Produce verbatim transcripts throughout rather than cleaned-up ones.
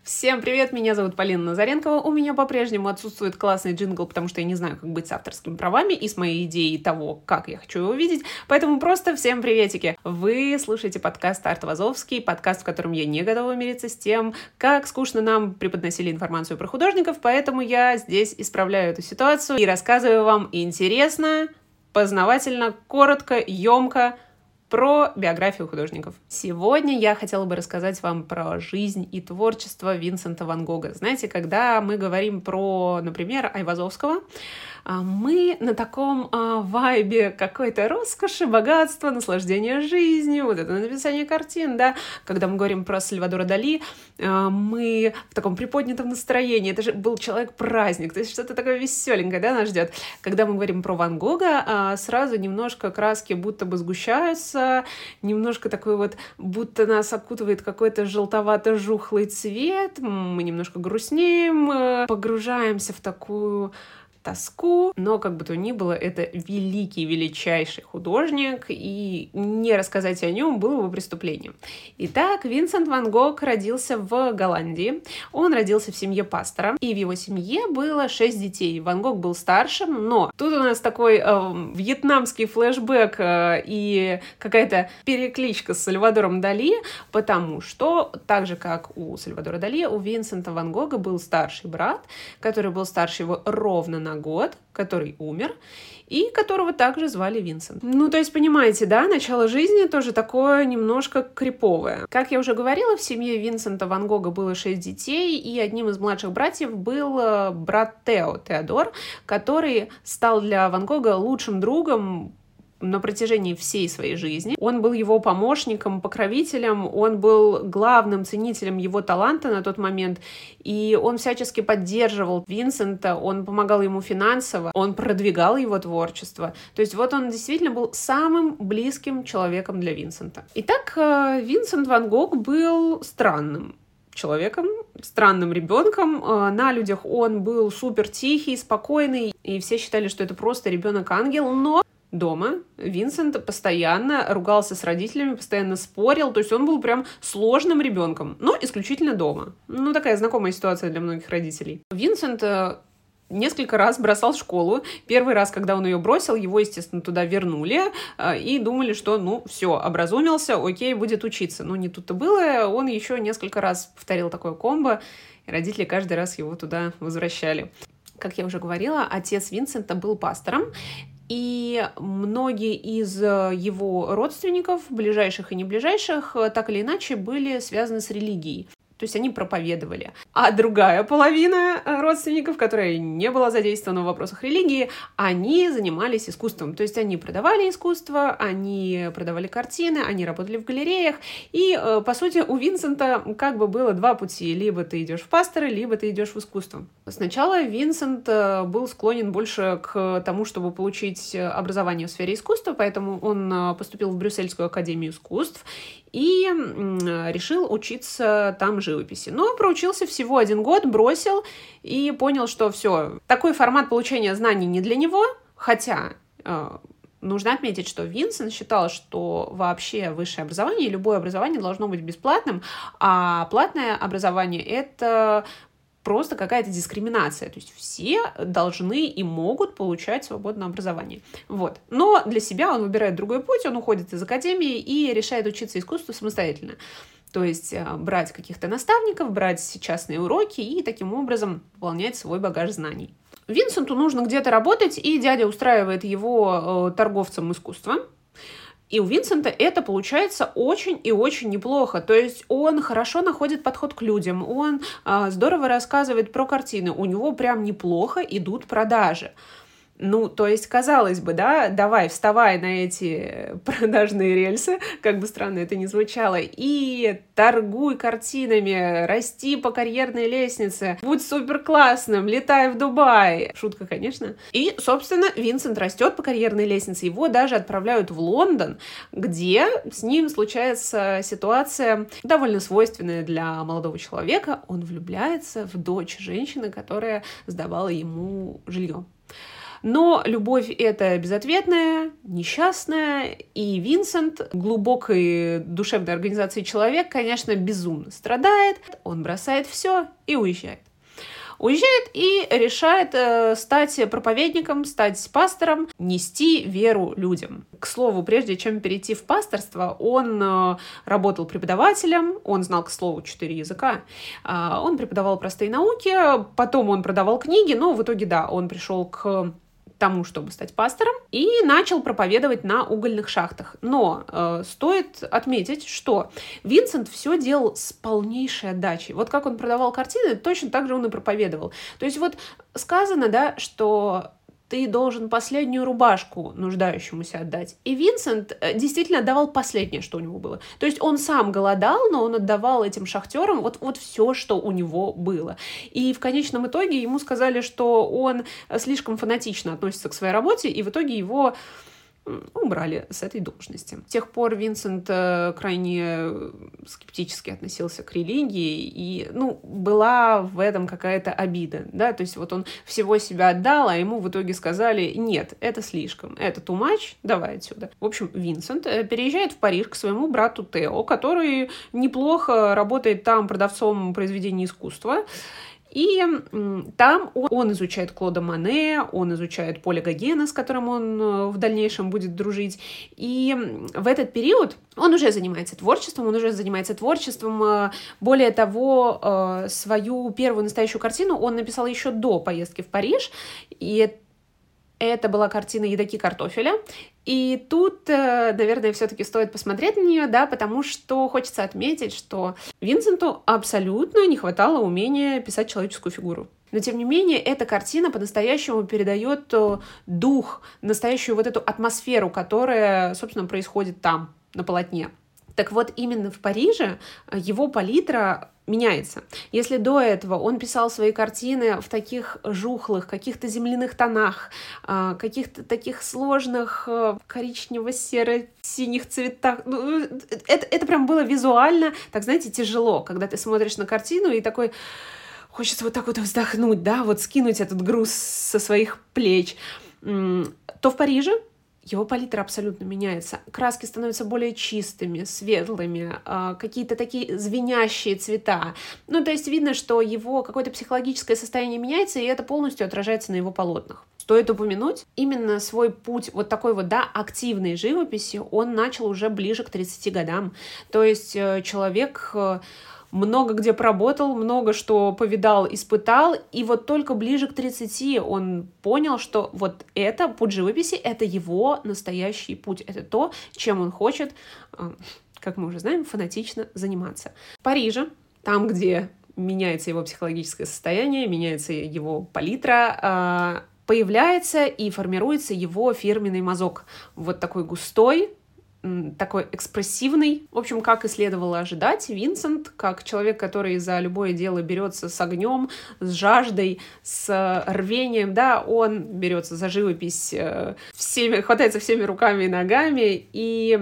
Всем привет, меня зовут Полина Назаренкова. У меня по-прежнему отсутствует классный джингл, потому что я не знаю, как быть с авторскими правами и с моей идеей того, как я хочу его видеть. Поэтому просто всем приветики. Вы слушаете подкаст «Арт Вазовский», подкаст, в котором я не готова мириться с тем, как скучно нам преподносили информацию про художников, поэтому я здесь исправляю эту ситуацию и рассказываю вам интересно, познавательно, коротко, емко про биографию художников. Сегодня я хотела бы рассказать вам про жизнь и творчество Винсента Ван Гога. Знаете, когда мы говорим про, например, Айвазовского, мы на таком а, вайбе какой-то роскоши, богатства, наслаждения жизнью, вот это написание картин, да. Когда мы говорим про Сальвадора Дали, а, мы в таком приподнятом настроении. Это же был человек-праздник, то есть что-то такое веселенькое, да, нас ждет. Когда мы говорим про Ван Гога, а, сразу немножко краски будто бы сгущаются, немножко такой вот, будто нас окутывает какой-то желтовато-жухлый цвет, мы немножко грустнеем, погружаемся в такую тоску, но как бы то ни было, это великий, величайший художник, и не рассказать о нем было бы преступлением. Итак, Винсент Ван Гог родился в Голландии. Он родился в семье пастора, и в его семье было шесть детей. Ван Гог был старшим, но тут у нас такой э, вьетнамский флешбэк э, и какая-то перекличка с Сальвадором Дали, потому что, так же, как у Сальвадора Дали, у Винсента Ван Гога был старший брат, который был старше его ровно на год, который умер, и которого также звали Винсент. Ну, то есть, понимаете, да, начало жизни тоже такое немножко криповое. Как я уже говорила, в семье Винсента Ван Гога было шесть детей, и одним из младших братьев был брат Тео, Теодор, который стал для Ван Гога лучшим другом на протяжении всей своей жизни. Он был его помощником, покровителем, он был главным ценителем его таланта на тот момент, и он всячески поддерживал Винсента, он помогал ему финансово, он продвигал его творчество. То есть вот он действительно был самым близким человеком для Винсента. Итак, Винсент Ван Гог был странным человеком, странным ребенком. На людях он был супер тихий, спокойный, и все считали, что это просто ребенок-ангел, но дома Винсент постоянно ругался с родителями, постоянно спорил, то есть он был прям сложным ребенком, но исключительно дома. Ну, такая знакомая ситуация для многих родителей. Винсент несколько раз бросал школу. Первый раз, когда он ее бросил, его, естественно, туда вернули и думали, что, ну, все, образумился, окей, будет учиться. Но не тут-то было, он еще несколько раз повторил такое комбо, и родители каждый раз его туда возвращали. Как я уже говорила, отец Винсента был пастором, и многие из его родственников, ближайших и неближайших, так или иначе были связаны с религией. То есть они проповедовали. А другая половина родственников, которая не была задействована в вопросах религии, они занимались искусством. То есть они продавали искусство, они продавали картины, они работали в галереях. И, по сути, у Винсента как бы было два пути. Либо ты идешь в пасторы, либо ты идешь в искусство. Сначала Винсент был склонен больше к тому, чтобы получить образование в сфере искусства, поэтому он поступил в Брюссельскую академию искусств и решил учиться там живописи. Но проучился всего один год, бросил и понял, что все, такой формат получения знаний не для него, хотя э, нужно отметить, что Винсент считал, что вообще высшее образование, любое образование должно быть бесплатным, а платное образование — это просто какая-то дискриминация. То есть все должны и могут получать свободное образование. Вот. Но для себя он выбирает другой путь, он уходит из академии и решает учиться искусству самостоятельно. То есть брать каких-то наставников, брать частные уроки и таким образом пополнять свой багаж знаний. Винсенту нужно где-то работать, и дядя устраивает его э, торговцем искусства. И у Винсента это получается очень и очень неплохо. То есть он хорошо находит подход к людям, он э, здорово рассказывает про картины, у него прям неплохо идут продажи. Ну, то есть, казалось бы, да, давай, вставай на эти продажные рельсы, как бы странно это ни звучало, и торгуй картинами, расти по карьерной лестнице, будь супер классным, летай в Дубай. Шутка, конечно. И, собственно, Винсент растет по карьерной лестнице, его даже отправляют в Лондон, где с ним случается ситуация довольно свойственная для молодого человека. Он влюбляется в дочь женщины, которая сдавала ему жилье. Но любовь эта безответная, несчастная, и Винсент, глубокой душевной организации человек, конечно, безумно страдает, он бросает все и уезжает. Уезжает и решает э, стать проповедником, стать пастором, нести веру людям. К слову, прежде чем перейти в пасторство, он э, работал преподавателем, он знал, к слову, четыре языка. Э, он преподавал простые науки, потом он продавал книги, но в итоге, да, он пришел к тому, чтобы стать пастором, и начал проповедовать на угольных шахтах. Но э, стоит отметить, что Винсент все делал с полнейшей отдачей. Вот как он продавал картины, точно так же он и проповедовал. То есть вот сказано, да, что ты должен последнюю рубашку нуждающемуся отдать. И Винсент действительно отдавал последнее, что у него было. То есть он сам голодал, но он отдавал этим шахтерам вот, вот все, что у него было. И в конечном итоге ему сказали, что он слишком фанатично относится к своей работе, и в итоге его убрали с этой должности. С тех пор Винсент крайне скептически относился к религии, и, ну, была в этом какая-то обида, да, то есть вот он всего себя отдал, а ему в итоге сказали: нет, это слишком, это too much, давай отсюда. В общем, Винсент переезжает в Париж к своему брату Тео, который неплохо работает там продавцом произведений искусства. И там он, он изучает Клода Моне, он изучает Поля Гогена, с которым он в дальнейшем будет дружить. И в этот период он уже занимается творчеством, он уже занимается творчеством. Более того, свою первую настоящую картину он написал еще до поездки в Париж. И это была картина «Едоки картофеля». И тут, наверное, все-таки стоит посмотреть на нее, да, потому что хочется отметить, что Винсенту абсолютно не хватало умения писать человеческую фигуру. Но, тем не менее, эта картина по-настоящему передает дух, настоящую вот эту атмосферу, которая, собственно, происходит там, на полотне. Так вот, именно в Париже его палитра меняется. Если до этого он писал свои картины в таких жухлых, каких-то земляных тонах, каких-то таких сложных коричнево-серо-синих цветах, ну, это, это прям было визуально, так, знаете, тяжело, когда ты смотришь на картину и такой... Хочется вот так вот вздохнуть, да, вот скинуть этот груз со своих плеч. То в Париже его палитра абсолютно меняется. Краски становятся более чистыми, светлыми, какие-то такие звенящие цвета. Ну, то есть видно, что его какое-то психологическое состояние меняется, и это полностью отражается на его полотнах. Стоит упомянуть, именно свой путь вот такой вот, да, активной живописи он начал уже ближе к тридцати годам. То есть человек... много где поработал, много что повидал, испытал, и вот только ближе к тридцати он понял, что вот это, путь живописи, это его настоящий путь, это то, чем он хочет, как мы уже знаем, фанатично заниматься. В Париже, там, где меняется его психологическое состояние, меняется его палитра, появляется и формируется его фирменный мазок, вот такой густой, такой экспрессивный. В общем, как и следовало ожидать, Винсент, как человек, который за любое дело берется с огнем, с жаждой, с рвением, да, он берется за живопись всеми, хватается всеми руками и ногами, и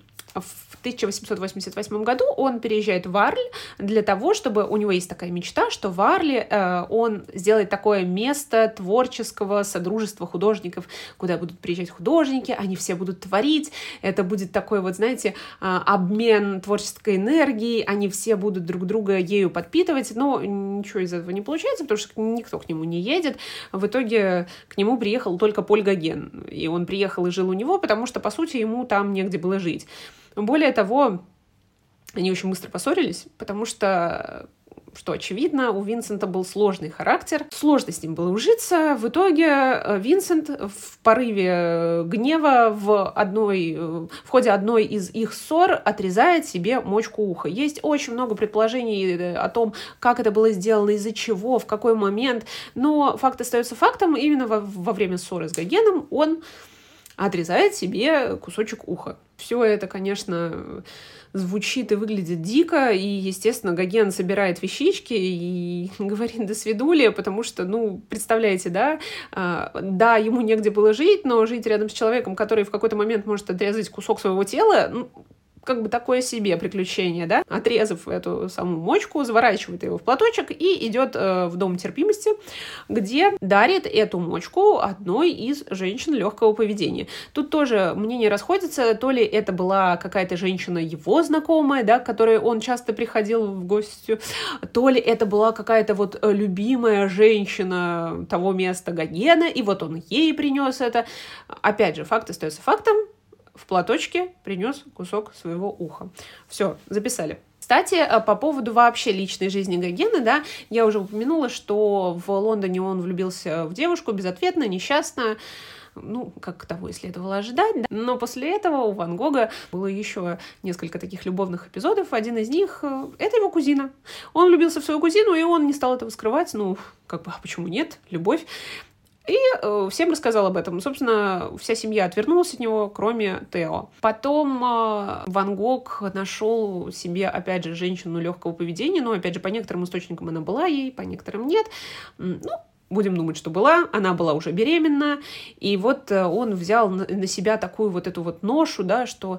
в тысяча восемьсот восемьдесят восьмом году он переезжает в Арль для того, чтобы... У него есть такая мечта, что в Арле э, он сделает такое место творческого содружества художников, куда будут приезжать художники, они все будут творить. Это будет такой вот, знаете, э, обмен творческой энергией, они все будут друг друга ею подпитывать, но ничего из этого не получается, потому что никто к нему не едет. В итоге к нему приехал только Поль Гоген, и он приехал и жил у него, потому что, по сути, ему там негде было жить. Более того, они очень быстро поссорились, потому что, что очевидно, у Винсента был сложный характер, сложно с ним было ужиться. В итоге Винсент в порыве гнева в, одной, в ходе одной из их ссор отрезает себе мочку уха. Есть очень много предположений о том, как это было сделано, из-за чего, в какой момент, но факт остается фактом. Именно во, во время ссоры с Гогеном он отрезает себе кусочек уха. Все это, конечно, звучит и выглядит дико, и, естественно, Гоген собирает вещички и говорит «до свидули», потому что, ну, представляете, да, да, ему негде было жить, но жить рядом с человеком, который в какой-то момент может отрезать кусок своего тела, ну, как бы такое себе приключение, да, отрезав эту саму мочку, заворачивает его в платочек и идет э, в дом терпимости, где дарит эту мочку одной из женщин легкого поведения. Тут тоже мнения расходятся, то ли это была какая-то женщина его знакомая, да, к которой он часто приходил в гости, то ли это была какая-то вот любимая женщина того места Гогена, и вот он ей принес это. Опять же, факт остается фактом. В платочке принес кусок своего уха. Все, записали. Кстати, по поводу вообще личной жизни Гогена, да, я уже упомянула, что в Лондоне он влюбился в девушку безответно, несчастно, ну, как того и следовало ожидать, да? Но после этого у Ван Гога было еще несколько таких любовных эпизодов. Один из них — это его кузина. Он влюбился в свою кузину, и он не стал этого скрывать. Ну, как бы, а почему нет? Любовь. И э, всем рассказал об этом. Собственно, вся семья отвернулась от него, кроме Тео. Потом э, Ван Гог нашел себе, опять же, женщину легкого поведения. Но, опять же, по некоторым источникам она была ей, по некоторым нет. Ну, будем думать, что была. Она была уже беременна. И вот он взял на себя такую вот эту вот ношу, да, что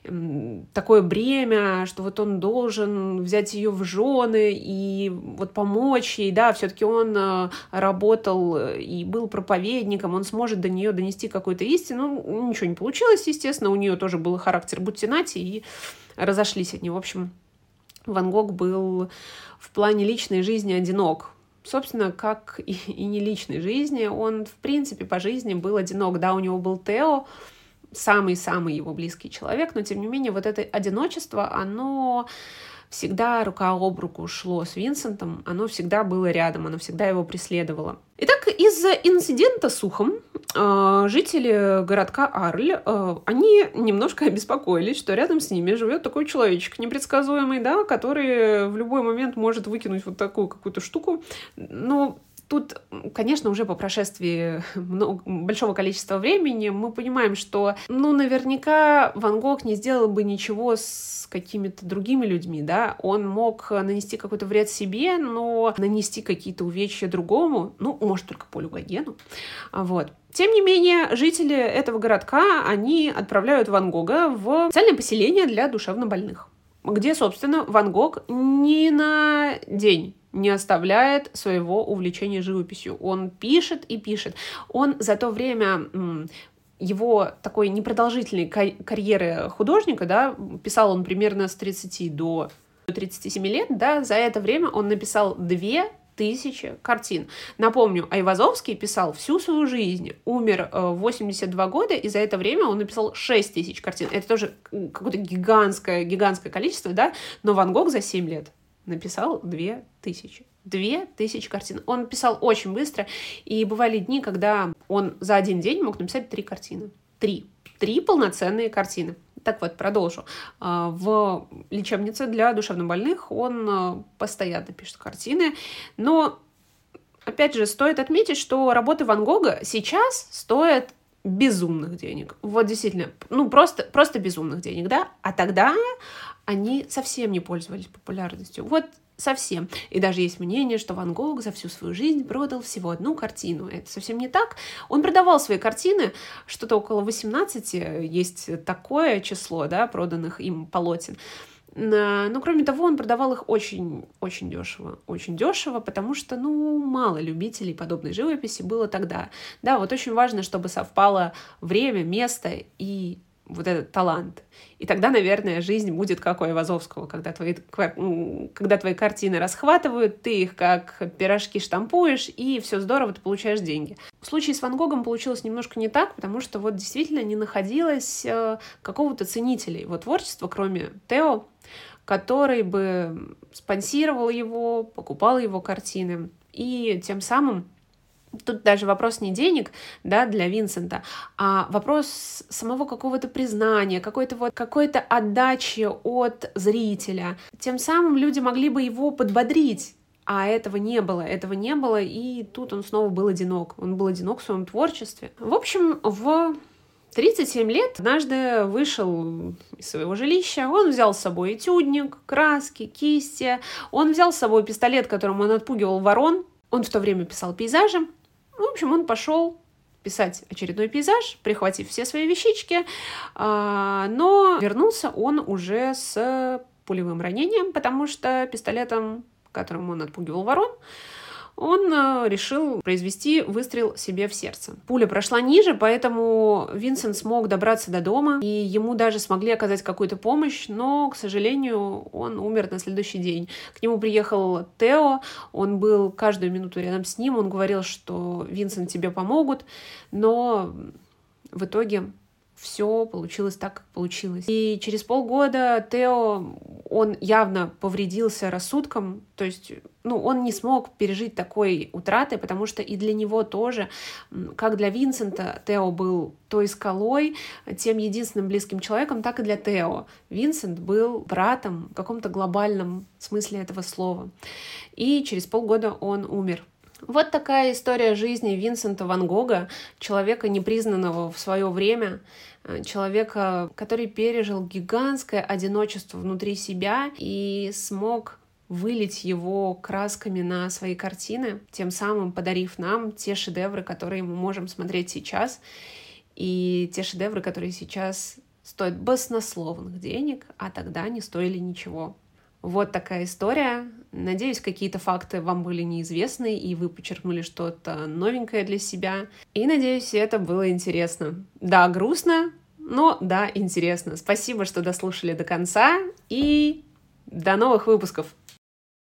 м, такое бремя, что вот он должен взять ее в жены и вот помочь ей, да, все-таки он э, работал и был проповедником, он сможет до нее донести какую-то истину. Ну, ничего не получилось, естественно, у нее тоже был характер Буттинати, и разошлись от нее. В общем, Ван Гог был в плане личной жизни одинок. Собственно, как и, и не личной жизни, он, в принципе, по жизни был одинок. Да, у него был Тео, самый-самый его близкий человек, но, тем не менее, вот это одиночество, оно всегда рука об руку шло с Винсентом, оно всегда было рядом, оно всегда его преследовало. Итак, из-за инцидента с ухом э, жители городка Арль, э, они немножко обеспокоились, что рядом с ними живет такой человечек непредсказуемый, да, который в любой момент может выкинуть вот такую какую-то штуку. Но тут, конечно, уже по прошествии много, большого количества времени мы понимаем, что, ну, наверняка Ван Гог не сделал бы ничего с какими-то другими людьми, да, он мог нанести какой-то вред себе, но нанести какие-то увечья другому, ну, может, только Полю Гогену, вот. Тем не менее, жители этого городка, они отправляют Ван Гога в специальное поселение для душевнобольных, где, собственно, Ван Гог ни на день не оставляет своего увлечения живописью. Он пишет и пишет. Он за то время его такой непродолжительной карьеры художника, да, писал он примерно с тридцати до тридцати семи лет, да, за это время он написал две тысячи картин. Напомню, Айвазовский писал всю свою жизнь, умер в восемьдесят два года, и за это время он написал шесть тысяч картин. Это тоже какое-то гигантское, гигантское количество, да, но Ван Гог за семь лет написал две тысячи. Две тысячи картин. Он писал очень быстро, и бывали дни, когда он за один день мог написать три картины. Три. Три полноценные картины. Так вот, продолжу. В лечебнице для душевнобольных он постоянно пишет картины, но, опять же, стоит отметить, что работы Ван Гога сейчас стоят безумных денег. Вот действительно, ну просто, просто безумных денег, да? А тогда они совсем не пользовались популярностью. Вот совсем. И даже есть мнение, что Ван Гог за всю свою жизнь продал всего одну картину. Это совсем не так. Он продавал свои картины, что-то около восемнадцати, есть такое число, да, проданных им полотен. Но, кроме того, он продавал их очень-очень дешево. Очень дешево, потому что, ну, мало любителей подобной живописи было тогда. Да, вот очень важно, чтобы совпало время, место и вот этот талант. И тогда, наверное, жизнь будет как у Айвазовского, когда твои, когда твои картины расхватывают, ты их как пирожки штампуешь, и все здорово, ты получаешь деньги. В случае с Ван Гогом получилось немножко не так, потому что вот действительно не находилось э, какого-то ценителя его творчества, кроме Тео, который бы спонсировал его, покупал его картины, и тем самым тут даже вопрос не денег, да, для Винсента, а вопрос самого какого-то признания, какой-то вот какой-то отдачи от зрителя. Тем самым люди могли бы его подбодрить, а этого не было, этого не было, и тут он снова был одинок. Он был одинок в своем творчестве. В общем, в тридцать семь лет однажды вышел из своего жилища, он взял с собой этюдник, краски, кисти, он взял с собой пистолет, которым он отпугивал ворон, он в то время писал пейзажи. В общем, он пошел писать очередной пейзаж, прихватив все свои вещички, но вернулся он уже с пулевым ранением, потому что пистолетом, которым он отпугивал ворон, он решил произвести выстрел себе в сердце. Пуля прошла ниже, поэтому Винсент смог добраться до дома, и ему даже смогли оказать какую-то помощь, но, к сожалению, он умер на следующий день. К нему приехал Тео, он был каждую минуту рядом с ним, он говорил, что Винсент, тебе помогут, но в итоге все получилось так, как получилось. И через полгода Тео, он явно повредился рассудком, то есть, ну, он не смог пережить такой утраты, потому что и для него тоже, как для Винсента, Тео был той скалой, тем единственным близким человеком, так и для Тео. Винсент был братом в каком-то глобальном смысле этого слова. И через полгода он умер. Вот такая история жизни Винсента Ван Гога, человека, непризнанного в свое время, человека, который пережил гигантское одиночество внутри себя и смог вылить его красками на свои картины, тем самым подарив нам те шедевры, которые мы можем смотреть сейчас, и те шедевры, которые сейчас стоят баснословных денег, а тогда не стоили ничего. Вот такая история. Надеюсь, какие-то факты вам были неизвестны, и вы почерпнули что-то новенькое для себя. И надеюсь, это было интересно. Да, грустно, но да, интересно. Спасибо, что дослушали до конца, и до новых выпусков!